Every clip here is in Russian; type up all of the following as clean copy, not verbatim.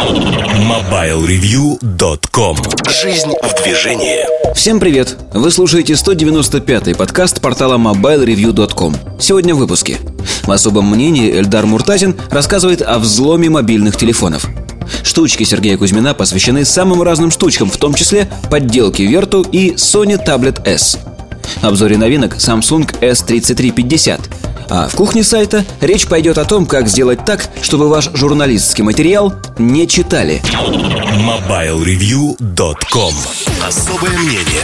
MobileReview.com. Жизнь в движении. Всем привет! Вы слушаете 195-й подкаст портала MobileReview.com. Сегодня в выпуске. В особом мнении Эльдар Муртазин рассказывает о взломе мобильных телефонов. Штучки Сергея Кузьмина посвящены самым разным штучкам, в том числе подделке Верту и Sony Tablet S. В обзоре новинок Samsung S3350. А в кухне сайта речь пойдет о том, как сделать так, чтобы ваш журналистский материал не читали. MobileReview.com. Особое мнение.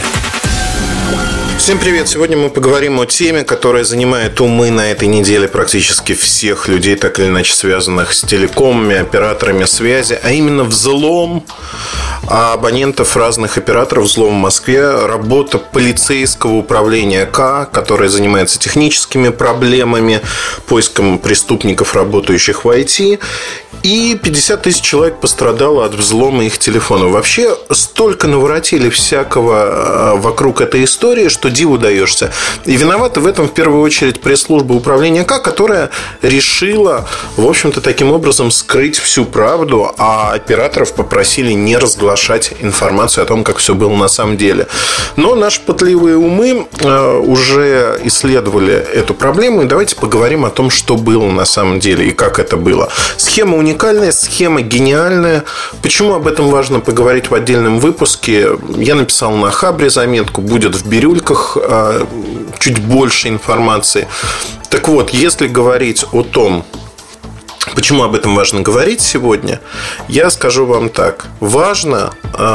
Всем привет! Сегодня мы поговорим о теме, которая занимает умы на этой неделе практически всех людей, так или иначе связанных с телекомами, операторами связи, а именно взлом абонентов разных операторов, взлом в Москве, работа полицейского управления К, которое занимается техническими проблемами, поиском преступников, работающих в IT, и 50 тысяч человек пострадало от взлома их телефонов. Вообще, столько наворотили всякого вокруг этой истории, что диву даешься. И виновата в этом в первую очередь пресс-служба управления К, которая решила, в общем-то, таким образом скрыть всю правду, а операторов попросили не разглашать информацию о том, как все было на самом деле. Но наши пытливые умы уже исследовали эту проблему, и давайте поговорим о том, что было на самом деле и как это было. Схема уникальная, схема гениальная. Почему об этом важно поговорить в отдельном выпуске? Я написал на Хабре заметку, будет в бирюльках чуть больше информации. Так вот, если говорить о том, почему об этом важно говорить сегодня, я скажу вам так. Важно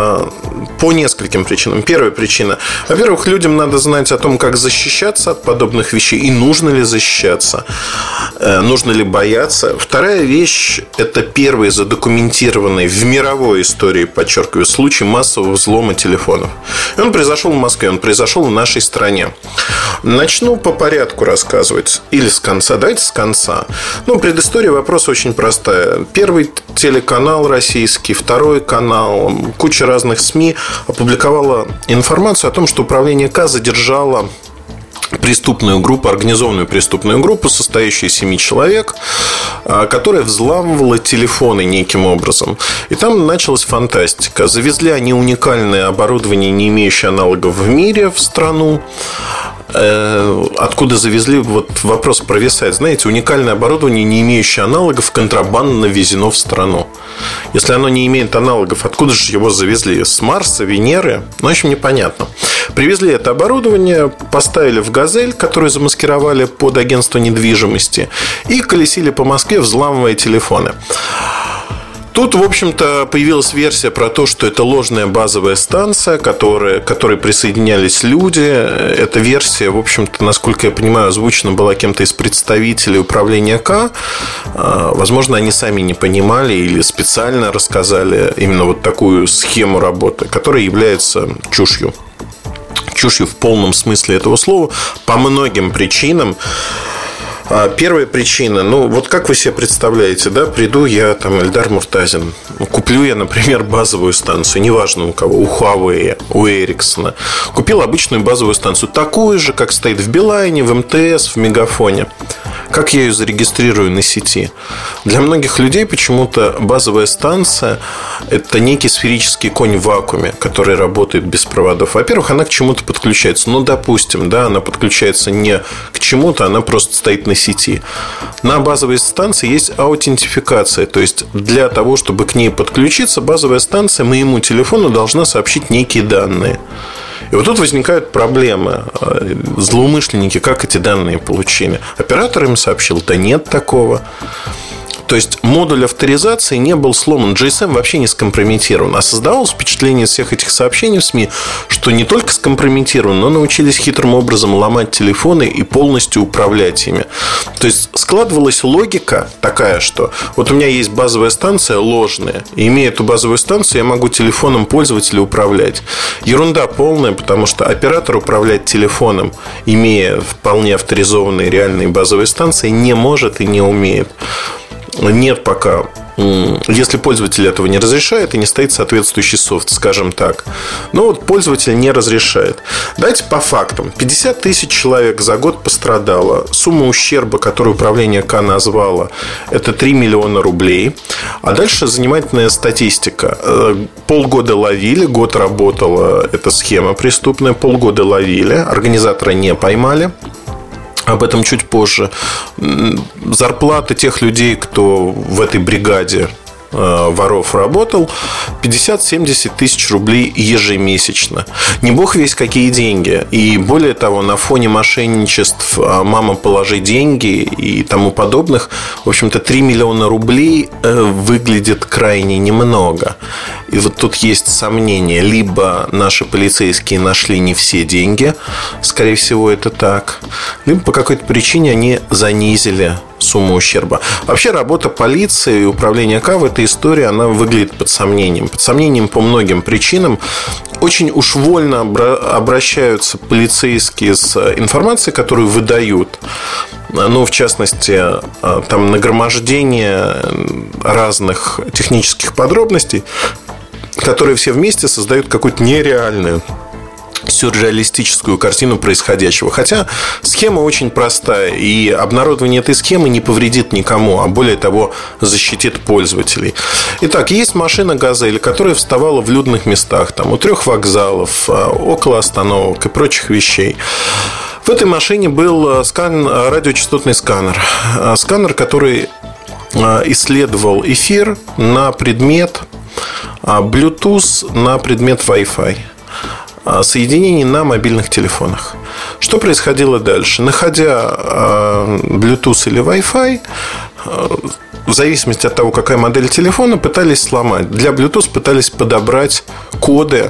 по нескольким причинам. Первая причина. Во-первых, людям надо знать о том, как защищаться от подобных вещей. И нужно ли защищаться. Нужно ли бояться. Вторая вещь. Это первый задокументированный в мировой истории, подчеркиваю, случай массового взлома телефонов. И он произошел в Москве. Он произошел в нашей стране. Начну по порядку рассказывать. Или с конца. Давайте с конца. Предыстория вопроса очень простая. Первый телеканал российский, второй канал, куча разных СМИ опубликовала информацию о том, что управление К задержало преступную группу, организованную преступную группу, состоящую из 7 человек, которая взламывала телефоны неким образом. И там началась фантастика. Завезли они уникальное оборудование, не имеющее аналогов в мире, в страну. Откуда завезли, вот вопрос провисает. Знаете, уникальное оборудование, не имеющее аналогов, контрабандно ввезено в страну. Если оно не имеет аналогов, откуда же его завезли? С Марса, Венеры? В общем, непонятно. Привезли это оборудование, поставили в «Газель», которую замаскировали под агентство недвижимости, и колесили по Москве, взламывая телефоны. Тут, в общем-то, появилась версия про то, что это ложная базовая станция, к которой присоединялись люди. Эта версия, в общем-то, насколько я понимаю, озвучена была кем-то из представителей управления К. Возможно, они сами не понимали или специально рассказали именно вот такую схему работы, которая является чушью. Чушью в полном смысле этого слова по многим причинам. Первая причина, вот как вы себе представляете, да, приду я, Эльдар Муртазин, куплю я, например, базовую станцию, неважно у кого, у Huawei, у Ericsson, купил обычную базовую станцию, такую же, как стоит в Билайне, в МТС, в Мегафоне. Как я ее зарегистрирую на сети? Для многих людей почему-то базовая станция – это некий сферический конь в вакууме, который работает без проводов. Во-первых, она к чему-то подключается. Допустим, да, она подключается не к чему-то, она просто стоит на сети. На базовой станции есть аутентификация. То есть, для того, чтобы к ней подключиться, базовая станция моему телефону должна сообщить некие данные. И вот тут возникают проблемы. Злоумышленники как эти данные получили? Оператор им сообщил, да нет такого. То есть модуль авторизации не был сломан. GSM вообще не скомпрометирован. А создавалось впечатление всех этих сообщений в СМИ, что не только скомпрометирован, но научились хитрым образом ломать телефоны и полностью управлять ими. То есть складывалась логика такая, что вот у меня есть базовая станция ложная, и имея эту базовую станцию, я могу телефоном пользователя управлять. Ерунда полная, потому что оператор управлять телефоном, имея вполне авторизованные реальные базовые станции, не может и не умеет. Нет пока если пользователь этого не разрешает и не стоит соответствующий софт, скажем так. Но вот пользователь не разрешает. Давайте по фактам. 50 тысяч человек за год пострадало. Сумма ущерба, которую управление К назвало, это 3 миллиона рублей. А дальше занимательная статистика. Полгода ловили, год работала эта схема преступная, полгода ловили, организатора не поймали. Об этом чуть позже. Зарплаты тех людей, кто в этой бригаде воров работал, 50-70 тысяч рублей ежемесячно. Не бог весть какие деньги. И более того, на фоне мошенничеств «мама, положи деньги» и тому подобных, в общем-то, 3 миллиона рублей выглядит крайне немного. И вот тут есть сомнение. Либо наши полицейские нашли не все деньги, скорее всего, это так, либо по какой-то причине они занизили сумму ущерба. Вообще работа полиции и управления К в этой истории, она выглядит под сомнением. Под сомнением по многим причинам. Очень уж вольно обращаются полицейские с информацией, которую выдают. Ну, в частности, там нагромождение разных технических подробностей, которые все вместе создают какую-то нереальную, сюрреалистическую картину происходящего. Хотя схема очень простая, и обнародование этой схемы не повредит никому, а более того, защитит пользователей. Итак, есть машина «Газель», которая вставала в людных местах, там, у 3 вокзалов, около остановок и прочих вещей. В этой машине был радиочастотный сканер. Сканер, который исследовал эфир на предмет Bluetooth, на предмет Wi-Fi, соединений на мобильных телефонах. Что происходило дальше? Находя Bluetooth или Wi-Fi, в зависимости от того, какая модель телефона, пытались сломать. Для Bluetooth пытались подобрать коды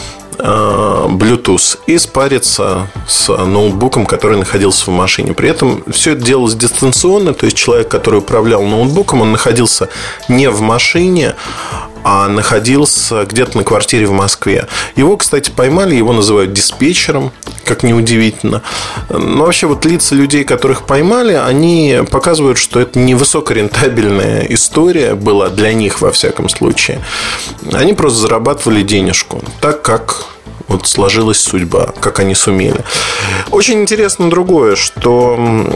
Bluetooth и спариться с ноутбуком, который находился в машине. При этом все это делалось дистанционно. То есть человек, который управлял ноутбуком, он находился не в машине, а находился где-то на квартире в Москве. Его, кстати, поймали, его называют диспетчером, как неудивительно. Но вообще вот лица людей, которых поймали, они показывают, что это не высокорентабельная история была для них, во всяком случае. Они просто зарабатывали денежку, так как вот сложилась судьба, как они сумели. Очень интересно другое, что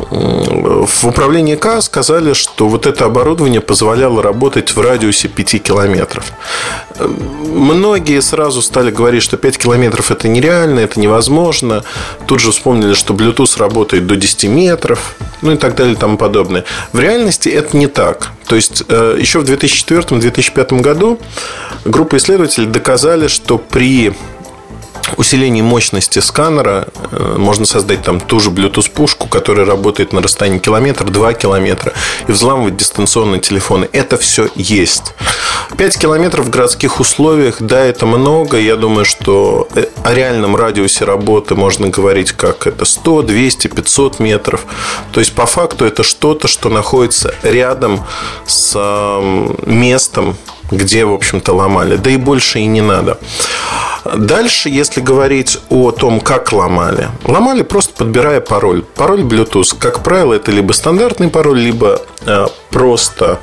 в управлении К сказали, что вот это оборудование позволяло работать в радиусе 5 километров. Многие сразу стали говорить, что 5 километров это нереально, это невозможно. Тут же вспомнили, что Bluetooth работает до 10 метров, ну и так далее и тому подобное. В реальности это не так. То есть еще в 2004-2005 году группа исследователей доказали, что при усилении мощности сканера можно создать там ту же Bluetooth-пушку, которая работает на расстоянии километр, 2 километра, и взламывать дистанционные телефоны. Это все есть. 5 километров в городских условиях, да, это много. Я думаю, что о реальном радиусе работы можно говорить как это 100, 200, 500 метров. То есть, по факту, это что-то, что находится рядом с местом, где, в общем-то, ломали. Да и больше и не надо. Дальше, если говорить о том, как ломали. Ломали просто подбирая пароль. Пароль Bluetooth. Как правило, это либо стандартный пароль, либо просто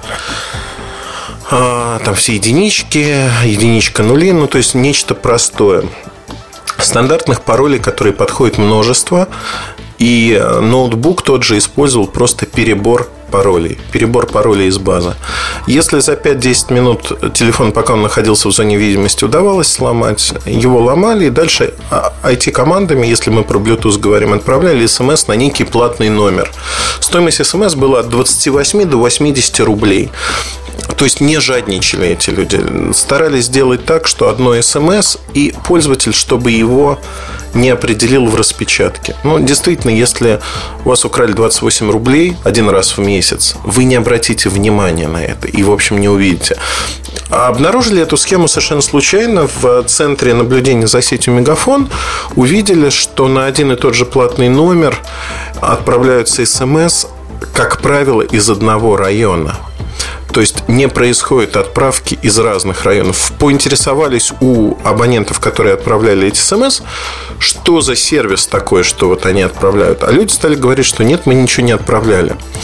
там все единички, единичка нули. Ну, то есть, нечто простое. Стандартных паролей, которые подходят множество. И ноутбук тот же использовал просто перебор паролей. Перебор паролей из базы. Если за 5-10 минут телефон, пока он находился в зоне видимости, удавалось сломать, его ломали. И дальше IT-командами, если мы про Bluetooth говорим, отправляли смс на некий платный номер. Стоимость смс была от 28 до 80 рублей. То есть не жадничали эти люди. Старались сделать так, что одно СМС и пользователь, чтобы его не определил в распечатке. Ну, действительно, если у вас украли 28 рублей один раз в месяц, вы не обратите внимания на это и, в общем, не увидите. А обнаружили эту схему совершенно случайно. В центре наблюдения за сетью Мегафон увидели, что на один и тот же платный номер отправляются СМС, как правило, из одного района. То есть не происходит отправки из разных районов. Поинтересовались у абонентов, которые отправляли эти СМС, что за сервис такой, что вот они отправляют. А люди стали говорить, что нет, мы ничего не отправляли.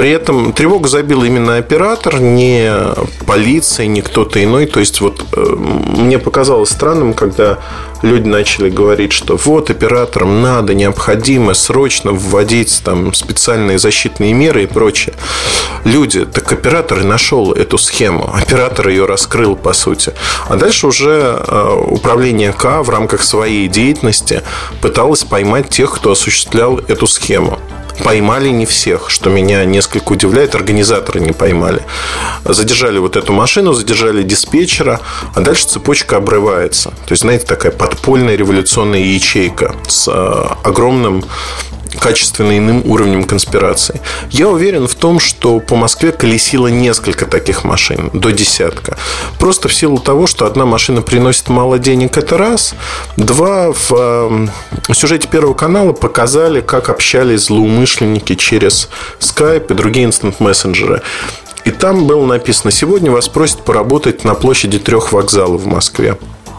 При этом тревогу забил именно оператор, не полиция, не кто-то иной. То есть, вот мне показалось странным, когда люди начали говорить, что вот операторам надо, необходимо срочно вводить там специальные защитные меры и прочее. Люди, так оператор и нашел эту схему. Оператор ее раскрыл, по сути. А дальше уже управление К в рамках своей деятельности пыталось поймать тех, кто осуществлял эту схему. Поймали не всех, что меня несколько удивляет. Организаторы не поймали. Задержали вот эту машину, задержали диспетчера, а дальше цепочка обрывается. То есть, знаете, такая подпольная революционная ячейка с огромным качественно иным уровнем конспирации. Я уверен в том, что по Москве колесило несколько таких машин, до десятка. Просто в силу того, что одна машина приносит мало денег, это раз. Два, в сюжете Первого канала показали, как общались злоумышленники через Skype и другие инстант-мессенджеры. И там было написано: сегодня вас просят поработать на площади 3 вокзалов в Москве.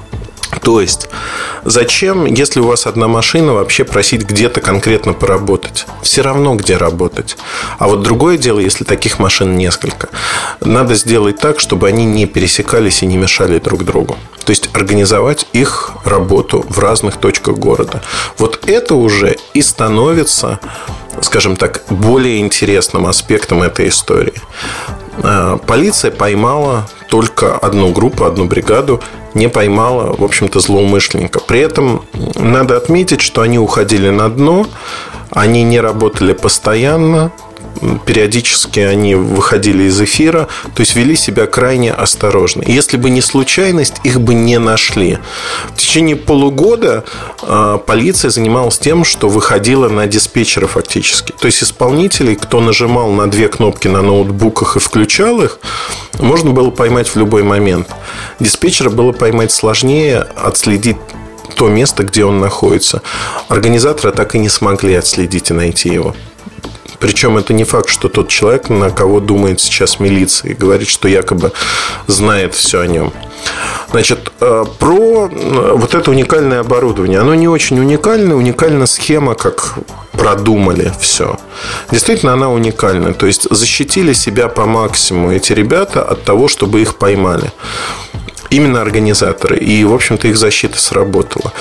То есть, зачем, если у вас одна машина, вообще просить где-то конкретно поработать? Все равно, где работать. А вот другое дело, если таких машин несколько. Надо сделать так, чтобы они не пересекались и не мешали друг другу. То есть, организовать их работу в разных точках города. Вот это уже и становится, скажем так, более интересным аспектом этой истории. Полиция поймала только одну группу, одну бригаду, не поймала, в общем-то, злоумышленника. При этом надо отметить, что они уходили на дно, они не работали постоянно, периодически они выходили из эфира, то есть вели себя крайне осторожно. Если бы не случайность, их бы не нашли. В течение полугода полиция занималась тем, что выходила на диспетчера фактически. То есть исполнителей, кто нажимал на 2 кнопки на ноутбуках и включал их, можно было поймать в любой момент. Диспетчера было поймать сложнее, отследить то место, где он находится. Организаторы так и не смогли отследить и найти его. Причем это не факт, что тот человек, на кого думает сейчас милиция, и говорит, что якобы знает все о нем. Значит, про вот это уникальное оборудование. Оно не очень уникальное. Уникальна схема, как продумали все. Действительно, она уникальна. То есть, защитили себя по максимуму эти ребята от того, чтобы их поймали. Именно организаторы. И, в общем-то, их защита сработала.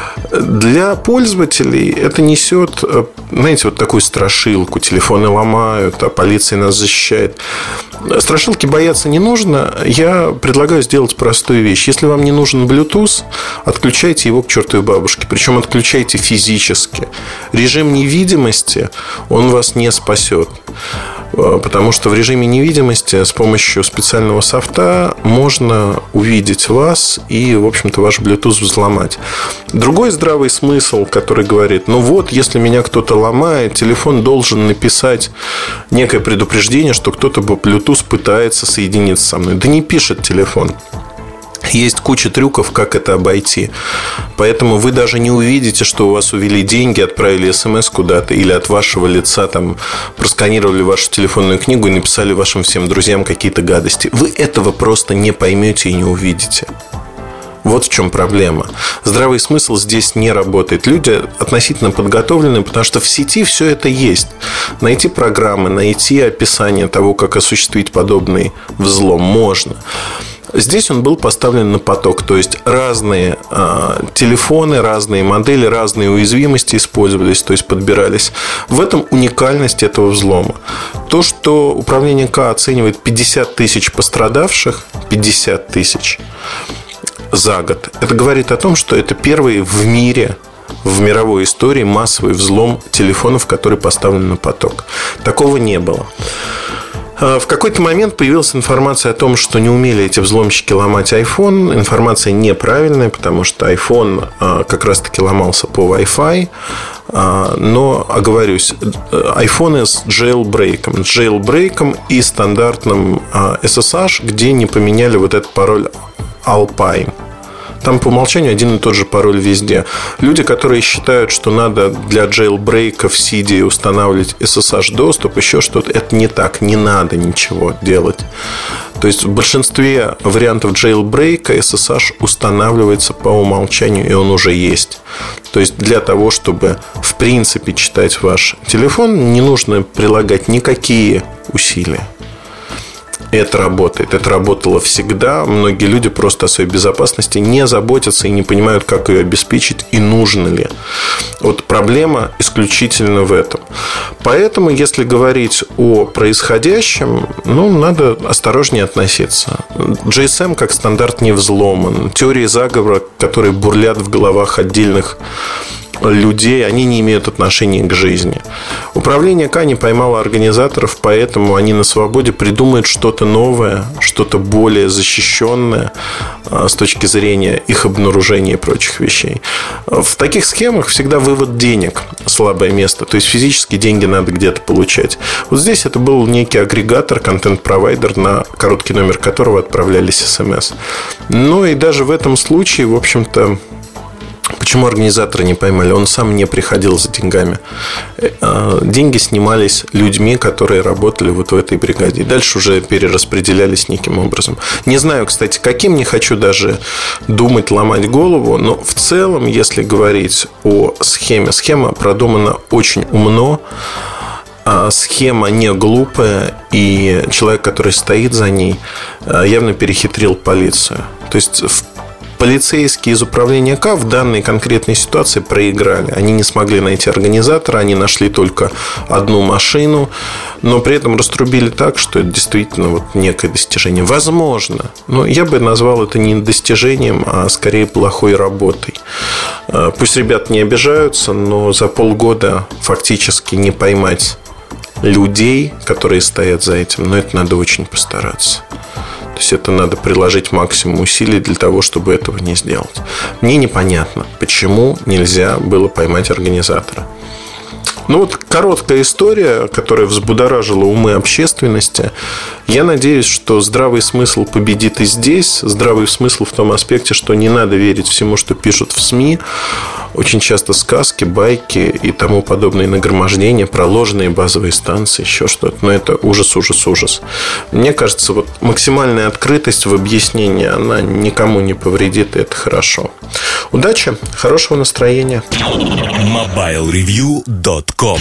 Для пользователей это несет, знаете, вот такую страшилку. Телефоны ломают, а полиция нас защищает. Страшилки бояться не нужно. Я предлагаю сделать простую вещь. Если вам не нужен Bluetooth, отключайте его к чертовой бабушке. Причем отключайте физически. Режим невидимости, он вас не спасет. Потому что в режиме невидимости с помощью специального софта можно увидеть вас и, в общем-то, ваш Bluetooth взломать. Другой здравый смысл, который говорит: ну вот, если меня кто-то ломает, телефон должен написать некое предупреждение, что кто-то по Bluetooth пытается соединиться со мной. Да не пишет телефон. Есть куча трюков, как это обойти. Поэтому вы даже не увидите, что у вас увели деньги, отправили смс куда-то, или от вашего лица там просканировали вашу телефонную книгу и написали вашим всем друзьям какие-то гадости. Вы этого просто не поймете и не увидите. Вот в чем проблема. Здравый смысл здесь не работает. Люди относительно подготовлены, потому что в сети все это есть. Найти программы, найти описание того, как осуществить подобный взлом можно. Здесь он был поставлен на поток. То есть разные телефоны, разные модели, разные уязвимости использовались, то есть подбирались. В этом уникальность этого взлома. То, что управление К оценивает 50 тысяч пострадавших, 50 тысяч за год, это говорит о том, что это первый в мире, в мировой истории массовый взлом телефонов, который поставлен на поток. Такого не было. В какой-то момент появилась информация о том, что не умели эти взломщики ломать iPhone. Информация неправильная, потому что iPhone как раз-таки ломался по Wi-Fi. Но, оговорюсь, iPhone с jailbreak'ом и стандартным SSH, где не поменяли вот этот пароль Alpine. Там по умолчанию один и тот же пароль везде. Люди, которые считают, что надо для джейлбрейка в CD устанавливать SSH-доступ, еще что-то, это не так. Не надо ничего делать. То есть в большинстве вариантов джейлбрейка SSH устанавливается по умолчанию, и он уже есть. То есть для того, чтобы в принципе читать ваш телефон, не нужно прилагать никакие усилия. Это работает. Это работало всегда. Многие люди просто о своей безопасности не заботятся и не понимают, как ее обеспечить и нужно ли. Вот проблема исключительно в этом. Поэтому, если говорить о происходящем, надо осторожнее относиться. GSM как стандарт не взломан. Теории заговора, которые бурлят в головах отдельных людей, они не имеют отношения к жизни. Управление К не поймало организаторов, поэтому они на свободе придумают что-то новое, что-то более защищенное с точки зрения их обнаружения и прочих вещей. В таких схемах всегда вывод денег слабое место. То есть физически деньги надо где-то получать. Вот здесь это был некий агрегатор, контент-провайдер, на короткий номер которого отправлялись СМС. И даже в этом случае, в общем-то, почему организаторы не поймали? Он сам не приходил за деньгами. Деньги снимались людьми, которые работали вот в этой бригаде. И дальше уже перераспределялись неким образом. Не знаю, кстати, каким, не хочу даже думать, ломать голову. Но в целом, если говорить о схеме, схема продумана очень умно. Схема не глупая. И человек, который стоит за ней, явно перехитрил полицию. То есть полицейские из управления К в данной конкретной ситуации проиграли. Они не смогли найти организатора, они нашли только одну машину, но при этом раструбили так, что это действительно некое достижение. Возможно, но я бы назвал это не достижением, а скорее плохой работой. Пусть ребята не обижаются, но за полгода фактически не поймать людей, которые стоят за этим, но это надо очень постараться. То есть это надо приложить максимум усилий для того, чтобы этого не сделать. Мне непонятно, почему нельзя было поймать организатора. Короткая история, которая взбудоражила умы общественности. Я надеюсь, что здравый смысл победит и здесь. Здравый смысл в том аспекте, что не надо верить всему, что пишут в СМИ. Очень часто сказки, байки и тому подобные нагромождения, проложенные базовые станции, еще что-то. Но это ужас, ужас, ужас. Мне кажется, максимальная открытость в объяснении, она никому не повредит, и это хорошо. Удачи, хорошего настроения. MobileReview.com